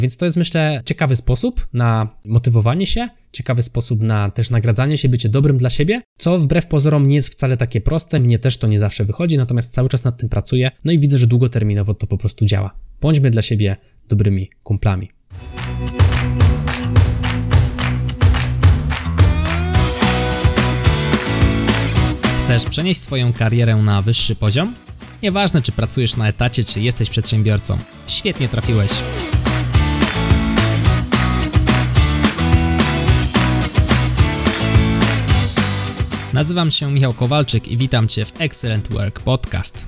Więc to jest, myślę, ciekawy sposób na motywowanie się, ciekawy sposób na też nagradzanie się, bycie dobrym dla siebie, co wbrew pozorom nie jest wcale takie proste, mnie też to nie zawsze wychodzi, natomiast cały czas nad tym pracuję, no i widzę, że długoterminowo to po prostu działa. Bądźmy dla siebie dobrymi kumplami. Chcesz przenieść swoją karierę na wyższy poziom? Nieważne, czy pracujesz na etacie, czy jesteś przedsiębiorcą. Świetnie trafiłeś. Nazywam się Michał Kowalczyk i witam Cię w Excellent Work Podcast.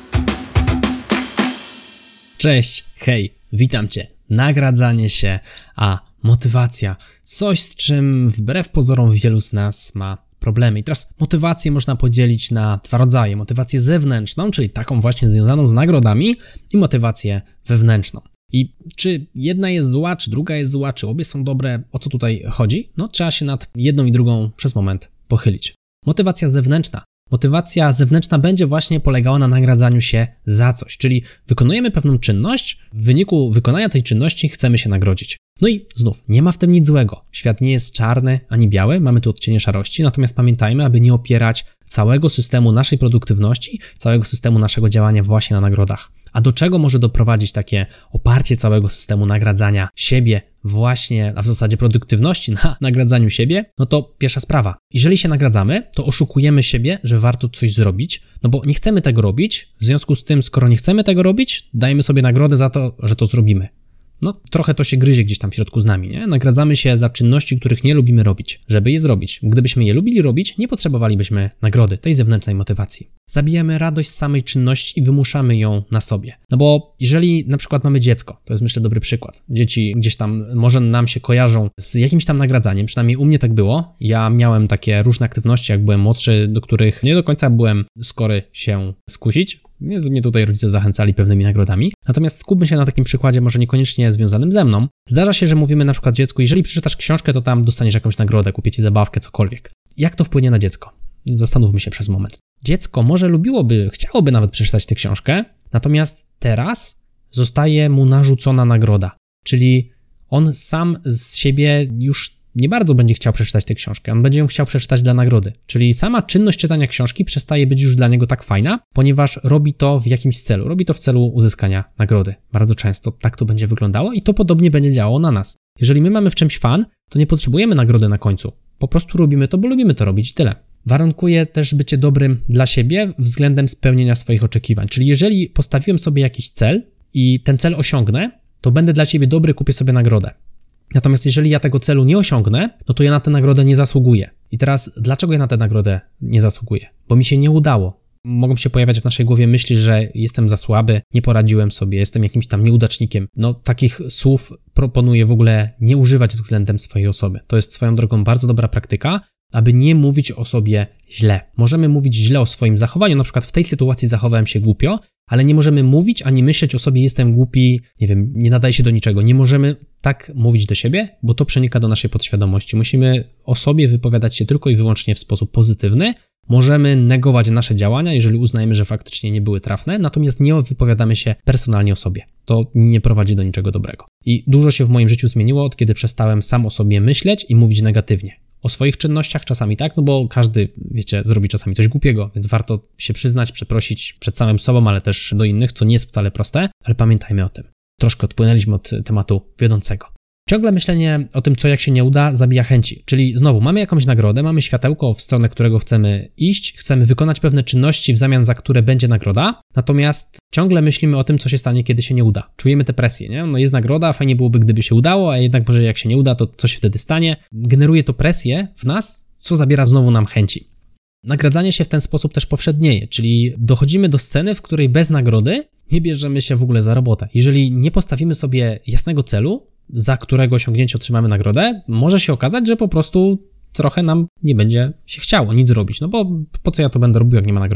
Cześć, hej, witam Cię. Nagradzanie się, a motywacja. Coś, z czym wbrew pozorom wielu z nas ma problemy. I teraz motywację można podzielić na dwa rodzaje. Motywację zewnętrzną, czyli taką właśnie związaną z nagrodami, i motywację wewnętrzną. I czy jedna jest zła, czy druga jest zła, czy obie są dobre, o co tutaj chodzi? No trzeba się nad jedną i drugą przez moment pochylić. Motywacja zewnętrzna. Motywacja zewnętrzna będzie właśnie polegała na nagradzaniu się za coś, czyli wykonujemy pewną czynność, w wyniku wykonania tej czynności chcemy się nagrodzić. No i znów, nie ma w tym nic złego. Świat nie jest czarny ani biały, mamy tu odcienie szarości, natomiast pamiętajmy, aby nie opierać całego systemu naszej produktywności, całego systemu naszego działania właśnie na nagrodach. A do czego może doprowadzić takie oparcie całego systemu nagradzania siebie właśnie, a w zasadzie produktywności na nagradzaniu siebie? No to pierwsza sprawa. Jeżeli się nagradzamy, to oszukujemy siebie, że warto coś zrobić, no bo nie chcemy tego robić, w związku z tym, skoro nie chcemy tego robić, dajemy sobie nagrodę za to, że to zrobimy. No, trochę to się gryzie gdzieś tam w środku z nami, nie? Nagradzamy się za czynności, których nie lubimy robić, żeby je zrobić. Gdybyśmy je lubili robić, nie potrzebowalibyśmy nagrody, tej zewnętrznej motywacji. Zabijamy radość z samej czynności i wymuszamy ją na sobie. No bo jeżeli na przykład mamy dziecko, to jest myślę dobry przykład. Dzieci gdzieś tam może nam się kojarzą z jakimś tam nagradzaniem, przynajmniej u mnie tak było. Ja miałem takie różne aktywności, jak byłem młodszy, do których nie do końca byłem skory się skusić. Więc mnie tutaj rodzice zachęcali pewnymi nagrodami. Natomiast skupmy się na takim przykładzie, może niekoniecznie związanym ze mną. Zdarza się, że mówimy na przykład dziecku, jeżeli przeczytasz książkę, to tam dostaniesz jakąś nagrodę, kupię ci zabawkę, cokolwiek. Jak to wpłynie na dziecko? Zastanówmy się przez moment. Dziecko może chciałoby nawet przeczytać tę książkę, natomiast teraz zostaje mu narzucona nagroda. Czyli on sam z siebie już nie bardzo będzie chciał przeczytać tę książkę, on będzie ją chciał przeczytać dla nagrody. Czyli sama czynność czytania książki przestaje być już dla niego tak fajna, ponieważ robi to w jakimś celu. Robi to w celu uzyskania nagrody. Bardzo często tak to będzie wyglądało i to podobnie będzie działało na nas. Jeżeli my mamy w czymś fan, to nie potrzebujemy nagrody na końcu. Po prostu robimy to, bo lubimy to robić i tyle. Warunkuje też bycie dobrym dla siebie względem spełnienia swoich oczekiwań. Czyli jeżeli postawiłem sobie jakiś cel i ten cel osiągnę, to będę dla ciebie dobry, kupię sobie nagrodę. Natomiast jeżeli ja tego celu nie osiągnę, no to ja na tę nagrodę nie zasługuję. I teraz dlaczego ja na tę nagrodę nie zasługuję? Bo mi się nie udało. Mogą się pojawiać w naszej głowie myśli, że jestem za słaby, nie poradziłem sobie, jestem jakimś tam nieudacznikiem. No takich słów proponuję w ogóle nie używać względem swojej osoby. To jest swoją drogą bardzo dobra praktyka, aby nie mówić o sobie źle. Możemy mówić źle o swoim zachowaniu, na przykład w tej sytuacji zachowałem się głupio, ale nie możemy mówić ani myśleć o sobie jestem głupi, nie wiem, nie nadaje się do niczego. Nie możemy tak mówić do siebie, bo to przenika do naszej podświadomości. Musimy o sobie wypowiadać się tylko i wyłącznie w sposób pozytywny. Możemy negować nasze działania, jeżeli uznajemy, że faktycznie nie były trafne, natomiast nie wypowiadamy się personalnie o sobie. To nie prowadzi do niczego dobrego. I dużo się w moim życiu zmieniło, od kiedy przestałem sam o sobie myśleć i mówić negatywnie. O swoich czynnościach czasami tak, no bo każdy, wiecie, zrobi czasami coś głupiego, więc warto się przyznać, przeprosić przed samym sobą, ale też do innych, co nie jest wcale proste, ale pamiętajmy o tym. Troszkę odpłynęliśmy od tematu wiodącego. Ciągle myślenie o tym, co jak się nie uda, zabija chęci. Czyli znowu mamy jakąś nagrodę, mamy światełko, w stronę którego chcemy iść, chcemy wykonać pewne czynności, w zamian za które będzie nagroda, natomiast ciągle myślimy o tym, co się stanie, kiedy się nie uda. Czujemy tę presję, nie? No jest nagroda, fajnie byłoby, gdyby się udało, a jednak może jak się nie uda, to co się wtedy stanie? Generuje to presję w nas, co zabiera znowu nam chęci. Nagradzanie się w ten sposób też powszednieje, czyli dochodzimy do sceny, w której bez nagrody nie bierzemy się w ogóle za robotę. Jeżeli nie postawimy sobie jasnego celu, za którego osiągnięcie otrzymamy nagrodę, może się okazać, że po prostu trochę nam nie będzie się chciało nic robić, no bo po co ja to będę robił, jak nie ma nagrody.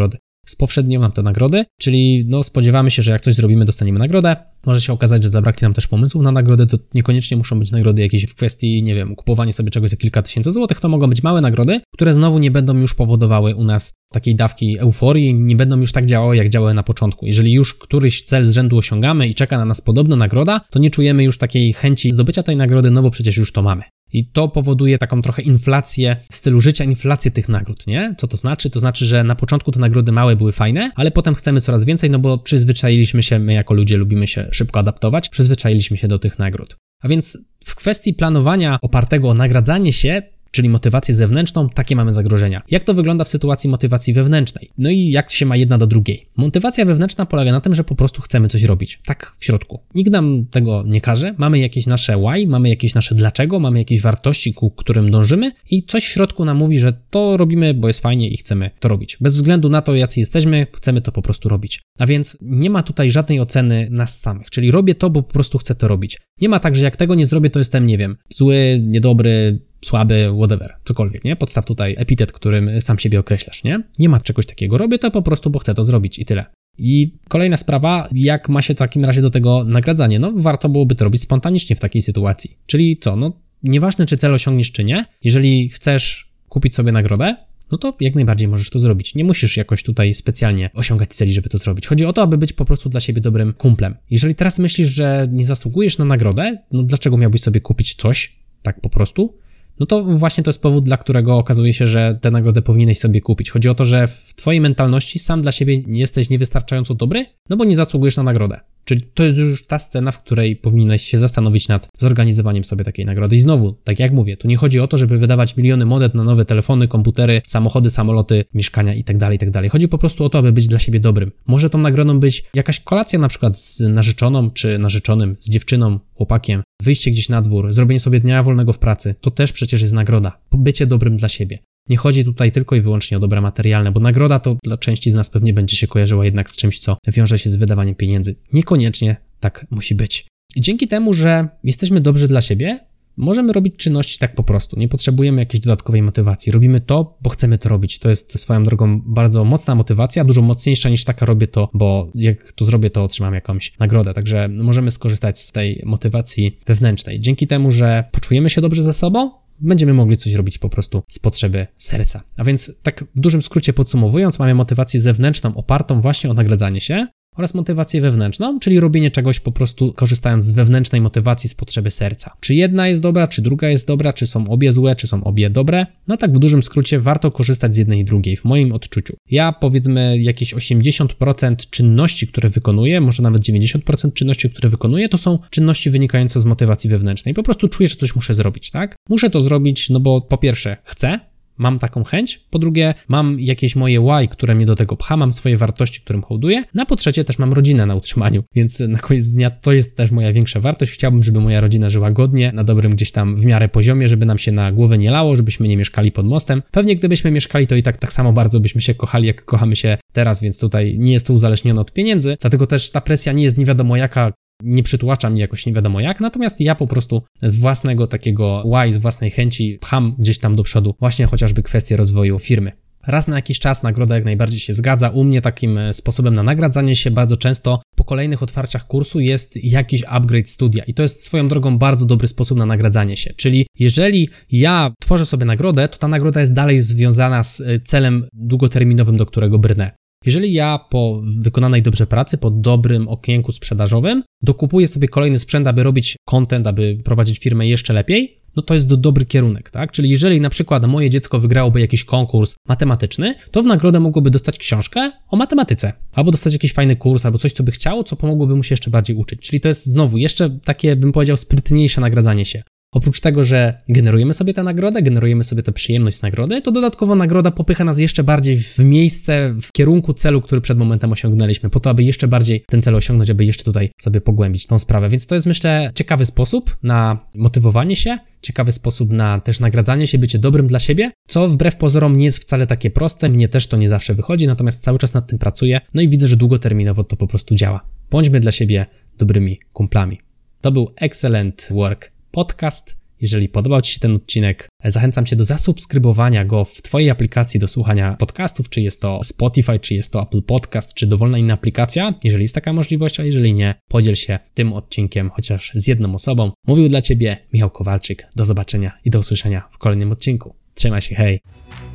Spowszednią nam te nagrody, czyli no spodziewamy się, że jak coś zrobimy, dostaniemy nagrodę. Może się okazać, że zabraknie nam też pomysłów na nagrodę, to niekoniecznie muszą być nagrody jakieś w kwestii, nie wiem, kupowania sobie czegoś za kilka tysięcy złotych, to mogą być małe nagrody, które znowu nie będą już powodowały u nas takiej dawki euforii, nie będą już tak działały, jak działały na początku. Jeżeli już któryś cel z rzędu osiągamy i czeka na nas podobna nagroda, to nie czujemy już takiej chęci zdobycia tej nagrody, no bo przecież już to mamy. I to powoduje taką trochę inflację stylu życia, inflację tych nagród, nie? Co to znaczy? To znaczy, że na początku te nagrody małe były fajne, ale potem chcemy coraz więcej, no bo przyzwyczailiśmy się, my jako ludzie lubimy się szybko adaptować, przyzwyczailiśmy się do tych nagród. A więc w kwestii planowania opartego o nagradzanie się, czyli motywację zewnętrzną, takie mamy zagrożenia. Jak to wygląda w sytuacji motywacji wewnętrznej? No i jak się ma jedna do drugiej? Motywacja wewnętrzna polega na tym, że po prostu chcemy coś robić. Tak w środku. Nikt nam tego nie każe. Mamy jakieś nasze why, mamy jakieś nasze dlaczego, mamy jakieś wartości, ku którym dążymy i coś w środku nam mówi, że to robimy, bo jest fajnie i chcemy to robić. Bez względu na to, jacy jesteśmy, chcemy to po prostu robić. A więc nie ma tutaj żadnej oceny nas samych, czyli robię to, bo po prostu chcę to robić. Nie ma tak, że jak tego nie zrobię, to jestem, nie wiem, zły, niedobry, słaby, whatever, cokolwiek, nie? Podstaw tutaj epitet, którym sam siebie określasz, nie? Nie ma czegoś takiego. Robię to po prostu, bo chcę to zrobić i tyle. I kolejna sprawa, jak ma się w takim razie do tego nagradzanie? No, warto byłoby to robić spontanicznie w takiej sytuacji. Czyli co? No, nieważne, czy cel osiągniesz, czy nie. Jeżeli chcesz kupić sobie nagrodę, no to jak najbardziej możesz to zrobić. Nie musisz jakoś tutaj specjalnie osiągać celi, żeby to zrobić. Chodzi o to, aby być po prostu dla siebie dobrym kumplem. Jeżeli teraz myślisz, że nie zasługujesz na nagrodę, no dlaczego miałbyś sobie kupić coś tak po prostu? No to właśnie to jest powód, dla którego okazuje się, że tę nagrodę powinieneś sobie kupić. Chodzi o to, że w twojej mentalności sam dla siebie nie jesteś niewystarczająco dobry, no bo nie zasługujesz na nagrodę. Czyli to jest już ta scena, w której powinieneś się zastanowić nad zorganizowaniem sobie takiej nagrody. I znowu, tak jak mówię, tu nie chodzi o to, żeby wydawać miliony monet na nowe telefony, komputery, samochody, samoloty, mieszkania itd. Chodzi po prostu o to, aby być dla siebie dobrym. Może tą nagrodą być jakaś kolacja na przykład z narzeczoną czy narzeczonym, z dziewczyną, chłopakiem, wyjście gdzieś na dwór, zrobienie sobie dnia wolnego w pracy. To też przecież jest nagroda. Bycie dobrym dla siebie. Nie chodzi tutaj tylko i wyłącznie o dobra materialne, bo nagroda to dla części z nas pewnie będzie się kojarzyła jednak z czymś, co wiąże się z wydawaniem pieniędzy. Niekoniecznie tak musi być. I dzięki temu, że jesteśmy dobrzy dla siebie, możemy robić czynności tak po prostu. Nie potrzebujemy jakiejś dodatkowej motywacji. Robimy to, bo chcemy to robić. To jest swoją drogą bardzo mocna motywacja, dużo mocniejsza niż taka robię to, bo jak to zrobię, to otrzymam jakąś nagrodę. Także możemy skorzystać z tej motywacji wewnętrznej. Dzięki temu, że poczujemy się dobrze ze sobą, będziemy mogli coś robić po prostu z potrzeby serca. A więc tak w dużym skrócie podsumowując, mamy motywację zewnętrzną opartą właśnie o nagradzanie się oraz motywację wewnętrzną, czyli robienie czegoś po prostu korzystając z wewnętrznej motywacji z potrzeby serca. Czy jedna jest dobra, czy druga jest dobra, czy są obie złe, czy są obie dobre? No tak w dużym skrócie warto korzystać z jednej i drugiej, w moim odczuciu. Ja powiedzmy jakieś 80% czynności, które wykonuję, może nawet 90% czynności, które wykonuję, to są czynności wynikające z motywacji wewnętrznej. Po prostu czuję, że coś muszę zrobić, tak? Muszę to zrobić, no bo po pierwsze chcę, mam taką chęć, po drugie mam jakieś moje why, które mnie do tego pcha, mam swoje wartości, którym hołduję, no a po trzecie też mam rodzinę na utrzymaniu, więc na koniec dnia to jest też moja większa wartość. Chciałbym, żeby moja rodzina żyła godnie, na dobrym gdzieś tam w miarę poziomie, żeby nam się na głowę nie lało, żebyśmy nie mieszkali pod mostem. Pewnie gdybyśmy mieszkali, to i tak samo bardzo byśmy się kochali, jak kochamy się teraz, więc tutaj nie jest to uzależnione od pieniędzy, dlatego też ta presja nie jest nie wiadomo jaka, nie przytłacza mnie jakoś nie wiadomo jak, natomiast ja po prostu z własnego takiego why, z własnej chęci pcham gdzieś tam do przodu właśnie chociażby kwestię rozwoju firmy. Raz na jakiś czas nagroda jak najbardziej się zgadza. U mnie takim sposobem na nagradzanie się bardzo często po kolejnych otwarciach kursu jest jakiś upgrade studia i to jest swoją drogą bardzo dobry sposób na nagradzanie się. Czyli jeżeli ja tworzę sobie nagrodę, to ta nagroda jest dalej związana z celem długoterminowym, do którego brnę. Jeżeli ja po wykonanej dobrze pracy, po dobrym okienku sprzedażowym dokupuję sobie kolejny sprzęt, aby robić content, aby prowadzić firmę jeszcze lepiej, no to jest dobry kierunek, tak? Czyli jeżeli na przykład moje dziecko wygrałoby jakiś konkurs matematyczny, to w nagrodę mogłoby dostać książkę o matematyce, albo dostać jakiś fajny kurs, albo coś, co by chciało, co pomogłoby mu się jeszcze bardziej uczyć. Czyli to jest znowu jeszcze takie, bym powiedział, sprytniejsze nagradzanie się. Oprócz tego, że generujemy sobie tę nagrodę, generujemy sobie tę przyjemność z nagrody, to dodatkowo nagroda popycha nas jeszcze bardziej w miejsce, w kierunku celu, który przed momentem osiągnęliśmy, po to, aby jeszcze bardziej ten cel osiągnąć, aby jeszcze tutaj sobie pogłębić tą sprawę. Więc to jest, myślę, ciekawy sposób na motywowanie się, ciekawy sposób na też nagradzanie się, bycie dobrym dla siebie, co wbrew pozorom nie jest wcale takie proste, mnie też to nie zawsze wychodzi, natomiast cały czas nad tym pracuję, no i widzę, że długoterminowo to po prostu działa. Bądźmy dla siebie dobrymi kumplami. To był Excellent Work Podcast. Jeżeli podobał Ci się ten odcinek, zachęcam Cię do zasubskrybowania go w Twojej aplikacji do słuchania podcastów, czy jest to Spotify, czy jest to Apple Podcast, czy dowolna inna aplikacja, jeżeli jest taka możliwość, a jeżeli nie, podziel się tym odcinkiem chociaż z jedną osobą. Mówił dla Ciebie Michał Kowalczyk. Do zobaczenia i do usłyszenia w kolejnym odcinku. Trzymaj się, hej!